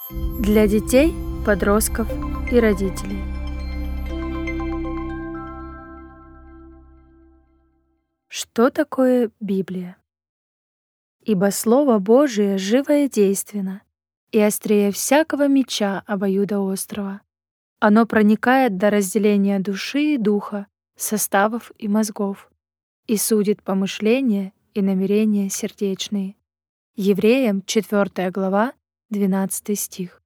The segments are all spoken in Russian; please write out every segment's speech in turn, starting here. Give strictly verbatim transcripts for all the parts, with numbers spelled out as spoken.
Для детей, подростков и родителей. Что такое Библия? «Ибо Слово Божие живо и действенно, и острее всякого меча обоюдоострого. Оно проникает до разделения души и духа, составов и мозгов, и судит помышления и намерения сердечные». Евреям четвёртая глава, двенадцатый стих.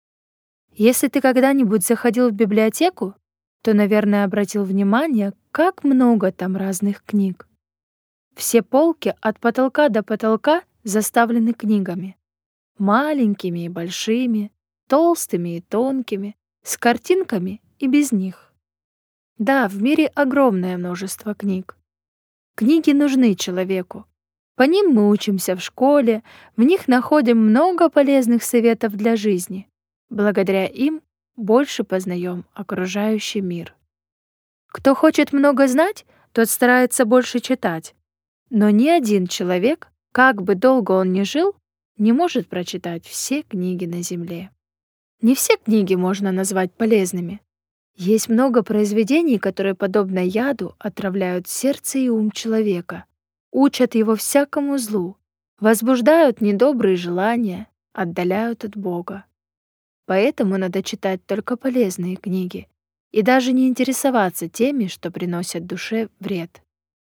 Если ты когда-нибудь заходил в библиотеку, то, наверное, обратил внимание, как много там разных книг. Все полки от потолка до потолка заставлены книгами. Маленькими и большими, толстыми и тонкими, с картинками и без них. Да, в мире огромное множество книг. Книги нужны человеку. По ним мы учимся в школе, в них находим много полезных советов для жизни. Благодаря им больше познаем окружающий мир. Кто хочет много знать, тот старается больше читать. Но ни один человек, как бы долго он ни жил, не может прочитать все книги на земле. Не все книги можно назвать полезными. Есть много произведений, которые, подобно яду, отравляют сердце и ум человека, учат его всякому злу, возбуждают недобрые желания, отдаляют от Бога. Поэтому надо читать только полезные книги и даже не интересоваться теми, что приносят душе вред.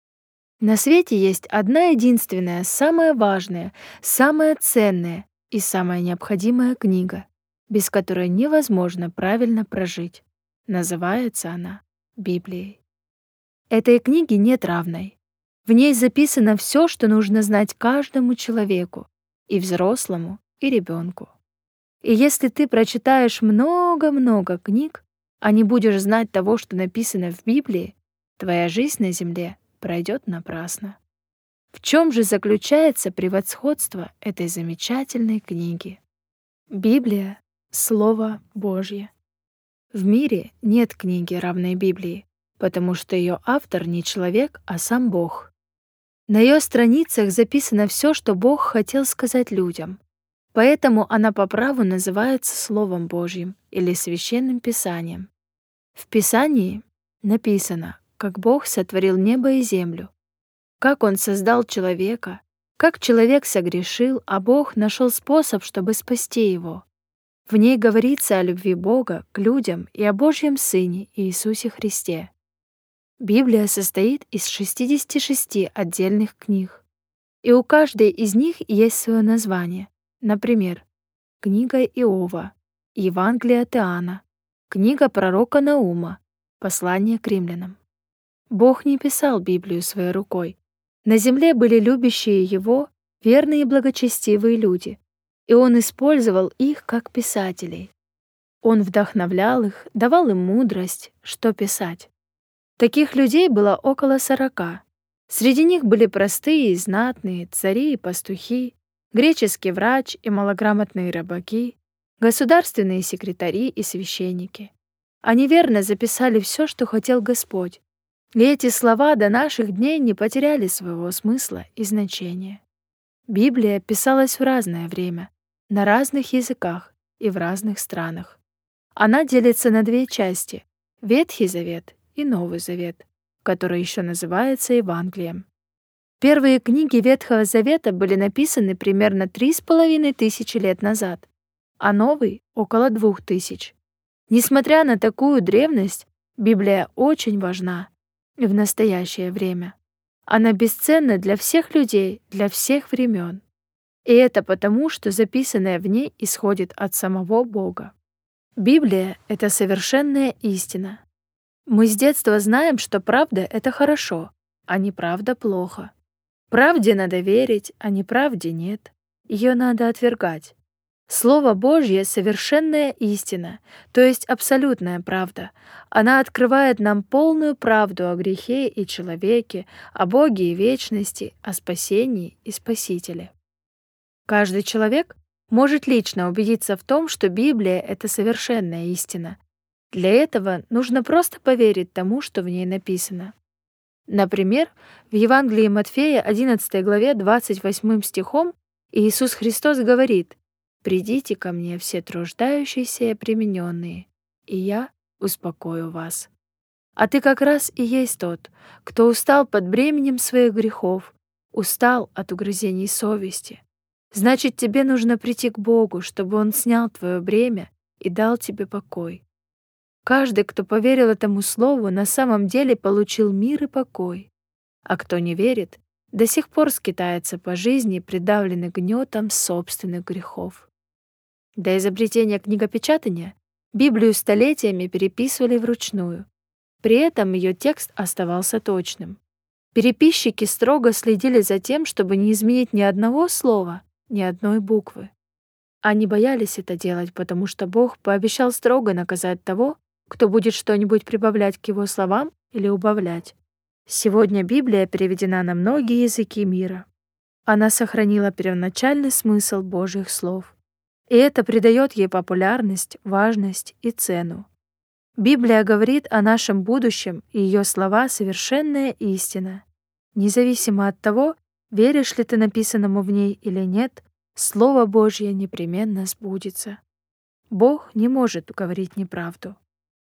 На свете есть одна единственная, самая важная, самая ценная и самая необходимая книга, без которой невозможно правильно прожить. Называется она Библией. Этой книге нет равной. В ней записано все, что нужно знать каждому человеку, и взрослому, и ребенку. И если ты прочитаешь много-много книг, а не будешь знать того, что написано в Библии, твоя жизнь на земле пройдет напрасно. В чем же заключается превосходство этой замечательной книги? Библия — Слово Божье. В мире нет книги, равной Библии, потому что ее автор не человек, а сам Бог. На ее страницах записано все, что Бог хотел сказать людям. Поэтому она по праву называется Словом Божьим или Священным Писанием. В Писании написано, как Бог сотворил небо и землю, как Он создал человека, как человек согрешил, а Бог нашел способ, чтобы спасти его. В ней говорится о любви Бога к людям и о Божьем Сыне Иисусе Христе. Библия состоит из шестидесяти шести отдельных книг, и у каждой из них есть свое название. Например, книга Иова, Евангелие от Иоанна, книга пророка Наума, послание к римлянам. Бог не писал Библию своей рукой. На земле были любящие Его, верные и благочестивые люди, и Он использовал их как писателей. Он вдохновлял их, давал им мудрость, что писать. Таких людей было около сорока. Среди них были простые и знатные, цари и пастухи, греческий врач и малограмотные рабаки, государственные секретари и священники. Они верно записали все, что хотел Господь, и эти слова до наших дней не потеряли своего смысла и значения. Библия писалась в разное время, на разных языках и в разных странах. Она делится на две части — Ветхий Завет и Новый Завет, который еще называется Евангелием. Первые книги Ветхого Завета были написаны примерно три с половиной тысячи лет назад, а Новый — около двух тысяч. Несмотря на такую древность, Библия очень важна и в настоящее время. Она бесценна для всех людей, для всех времен. И это потому, что записанное в ней исходит от самого Бога. Библия — это совершенная истина. Мы с детства знаем, что правда — это хорошо, а неправда — плохо. Правде надо верить, а неправде нет. Ее надо отвергать. Слово Божье — совершенная истина, то есть абсолютная правда. Она открывает нам полную правду о грехе и человеке, о Боге и вечности, о спасении и Спасителе. Каждый человек может лично убедиться в том, что Библия — это совершенная истина. Для этого нужно просто поверить тому, что в ней написано. Например, в Евангелии Матфея, одиннадцатой главе, двадцать восьмым стихом, Иисус Христос говорит: «Придите ко мне все труждающиеся и обремененные, и я успокою вас». А ты как раз и есть тот, кто устал под бременем своих грехов, устал от угрызений совести. Значит, тебе нужно прийти к Богу, чтобы Он снял твое бремя и дал тебе покой. Каждый, кто поверил этому слову, на самом деле получил мир и покой. А кто не верит, до сих пор скитается по жизни, придавленный гнетом собственных грехов. До изобретения книгопечатания Библию столетиями переписывали вручную. При этом ее текст оставался точным. Переписчики строго следили за тем, чтобы не изменить ни одного слова, ни одной буквы. Они боялись это делать, потому что Бог пообещал строго наказать того, кто будет что-нибудь прибавлять к его словам или убавлять. Сегодня Библия переведена на многие языки мира. Она сохранила первоначальный смысл Божьих слов. И это придает ей популярность, важность и цену. Библия говорит о нашем будущем, и ее слова — совершенная истина. Независимо от того, веришь ли ты написанному в ней или нет, Слово Божье непременно сбудется. Бог не может говорить неправду.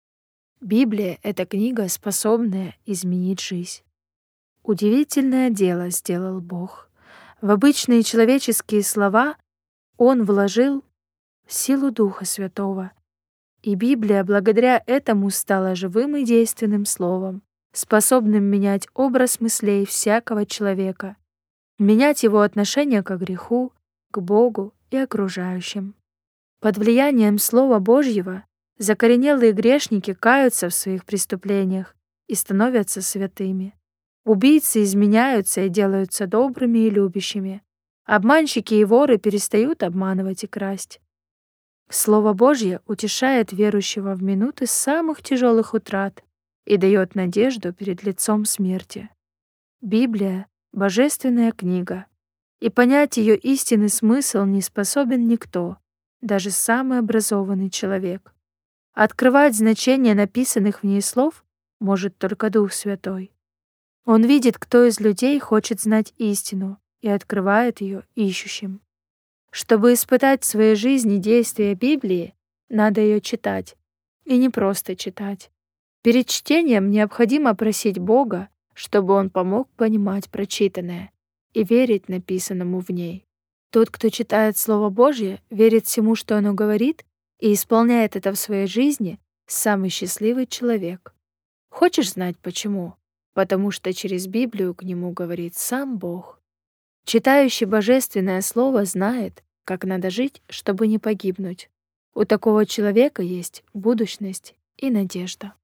Библия — это книга, способная изменить жизнь. Удивительное дело сделал Бог. В обычные человеческие слова Он вложил силу Духа Святого. И Библия благодаря этому стала живым и действенным словом, способным менять образ мыслей всякого человека, менять его отношение к греху, к Богу и окружающим. Под влиянием Слова Божьего закоренелые грешники каются в своих преступлениях и становятся святыми. Убийцы изменяются и делаются добрыми и любящими. Обманщики и воры перестают обманывать и красть. Слово Божье утешает верующего в минуты самых тяжелых утрат и дает надежду перед лицом смерти. Библия — божественная книга, и понять ее истинный смысл не способен никто, даже самый образованный человек. Открывать значение написанных в ней слов может только Дух Святой. Он видит, кто из людей хочет знать истину, и открывает ее ищущим. Чтобы испытать в своей жизни действие Библии, надо ее читать. И не просто читать. Перед чтением необходимо просить Бога, чтобы Он помог понимать прочитанное и верить написанному в ней. Тот, кто читает Слово Божье, верит всему, что оно говорит, и исполняет это в своей жизни, самый счастливый человек. Хочешь знать почему? Потому что через Библию к нему говорит сам Бог. Читающий Божественное Слово знает, как надо жить, чтобы не погибнуть. У такого человека есть будущность и надежда.